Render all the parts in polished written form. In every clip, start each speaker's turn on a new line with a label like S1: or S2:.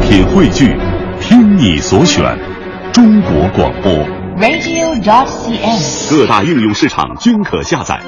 S1: 品汇聚，听你所选，中国广播
S2: radio.cn，
S1: 各大应用市场均可下载。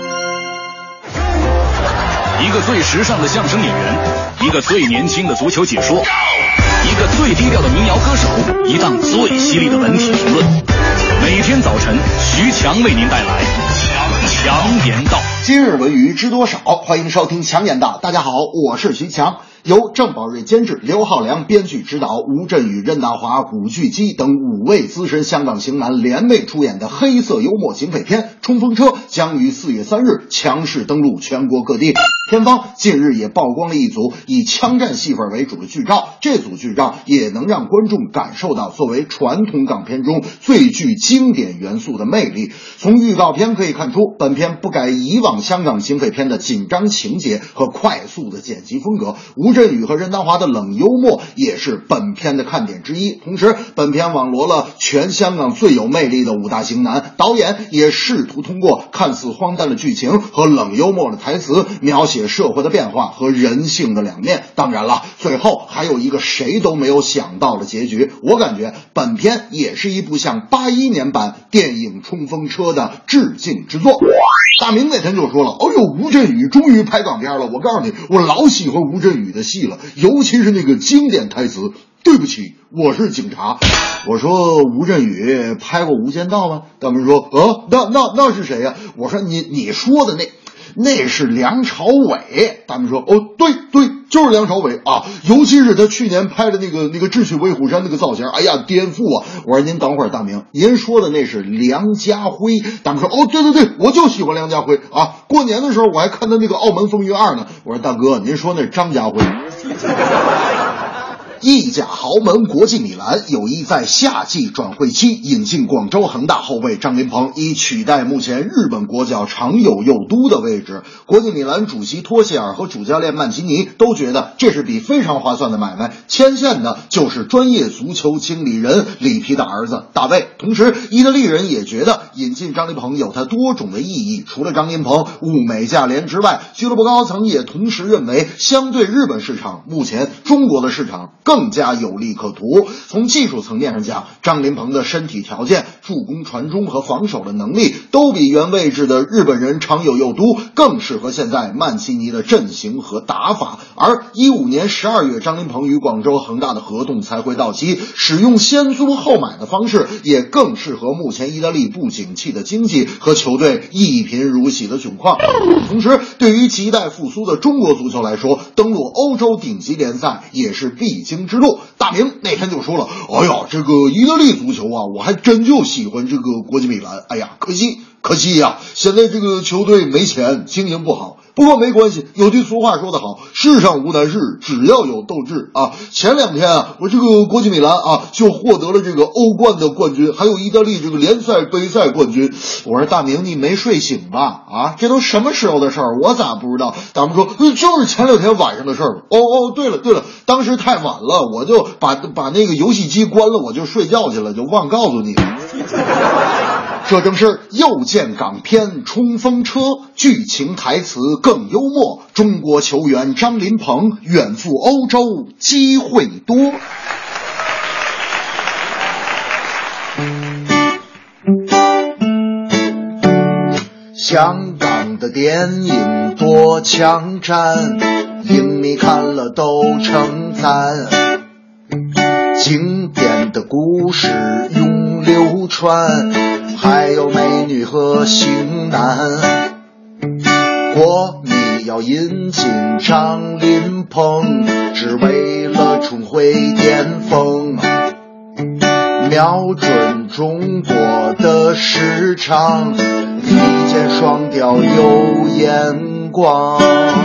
S3: 一个最时尚的相声演员，一个最年轻的足球解说，一个最低调的民谣歌手，一档最犀利的文体评论。每天早晨，徐强为您带来强言道。
S4: 今日文娱知多少？欢迎收听强言道。大家好，我是徐强。由郑宝瑞监制，刘浩良编剧指导，吴镇宇、任达华、古巨基等5位资深香港型男联袂出演的黑色幽默警匪片《冲锋车》将于4月3日强势登陆全国各地。片方近日也曝光了一组以枪战戏份为主的剧照，这组剧照也能让观众感受到作为传统港片中最具经典元素的魅力。从预告片可以看出，本片不改以往香港警匪片的紧张情节和快速的剪辑风格，吴镇宇和任达华的冷幽默也是本片的看点之一。同时，本片网罗了全香港最有魅力的5大型男，导演也试图通过看似荒诞的剧情和冷幽默的台词，描写社会的变化和人性的两面。当然了，最后还有一个谁都没有想到的结局。我感觉本片也是一部向81年版电影《冲锋车》的致敬之作。大明那天就说了，哎呦，吴镇宇终于拍港片了。我告诉你，我老喜欢吴镇宇的戏了，尤其是那个经典台词，对不起，我是警察。我说吴镇宇拍过《无间道》吗？大明说，那是谁呀？我说你说的那是梁朝伟。大明说，哦，对，就是梁朝伟啊，尤其是他去年拍的那个智取威虎山那个造型，哎呀，颠覆啊！我说您等会儿，大明，您说的那是梁家辉。大明说，哦，对，我就喜欢梁家辉啊！过年的时候我还看他那个《澳门风云2》呢。我说大哥，您说那是张家辉。意甲豪门国际米兰有意在夏季转会期引进广州恒大后卫张琳芃，以取代目前日本国脚长友佑都的位置。国际米兰主席托谢尔和主教练曼奇尼都觉得这是笔非常划算的买卖，牵线的就是专业足球经理人里皮的儿子大卫。同时，意大利人也觉得引进张琳芃有它多种的意义。除了张琳芃物美价廉之外，俱乐部高层也同时认为，相对日本市场，目前中国的市场更加有利可图。从技术层面上讲，张琳芃的身体条件、助攻传中和防守的能力都比原位置的日本人长友佑都更适合现在曼奇尼的阵型和打法。而15年12月张琳芃与广州恒大的合同才会到期，使用先租后买的方式也更适合目前意大利不景气的经济和球队一贫如洗的窘况。同时，对于亟待复苏的中国足球来说，登陆欧洲顶级联赛也是必经之路。大明那天就说了，哎呀，这个意大利足球啊，我还真就喜欢这个国际米兰。哎呀，可惜呀，现在这个球队没钱，经营不好。不过没关系，有句俗话说得好，世上无难事，只要有斗志啊。前2天啊，我这个国际米兰啊就获得了这个欧冠的冠军，还有意大利这个联赛杯赛冠军。我说大明，你没睡醒吧？啊，这都什么时候的事儿？我咋不知道？大明说，就是前2天晚上的事儿。哦，对了，当时太晚了，我就把那个游戏机关了，我就睡觉去了，就忘告诉你了。这正是又见港片《冲锋车》，剧情台词更幽默，中国球员张琳芃远赴欧洲机会多。香港的电影多枪战，影迷看了都称赞，经典的故事永流传，还有美女和型男。国米要引进张琳芃，只为了重回巅峰，瞄准中国的市场，一箭双雕有眼光。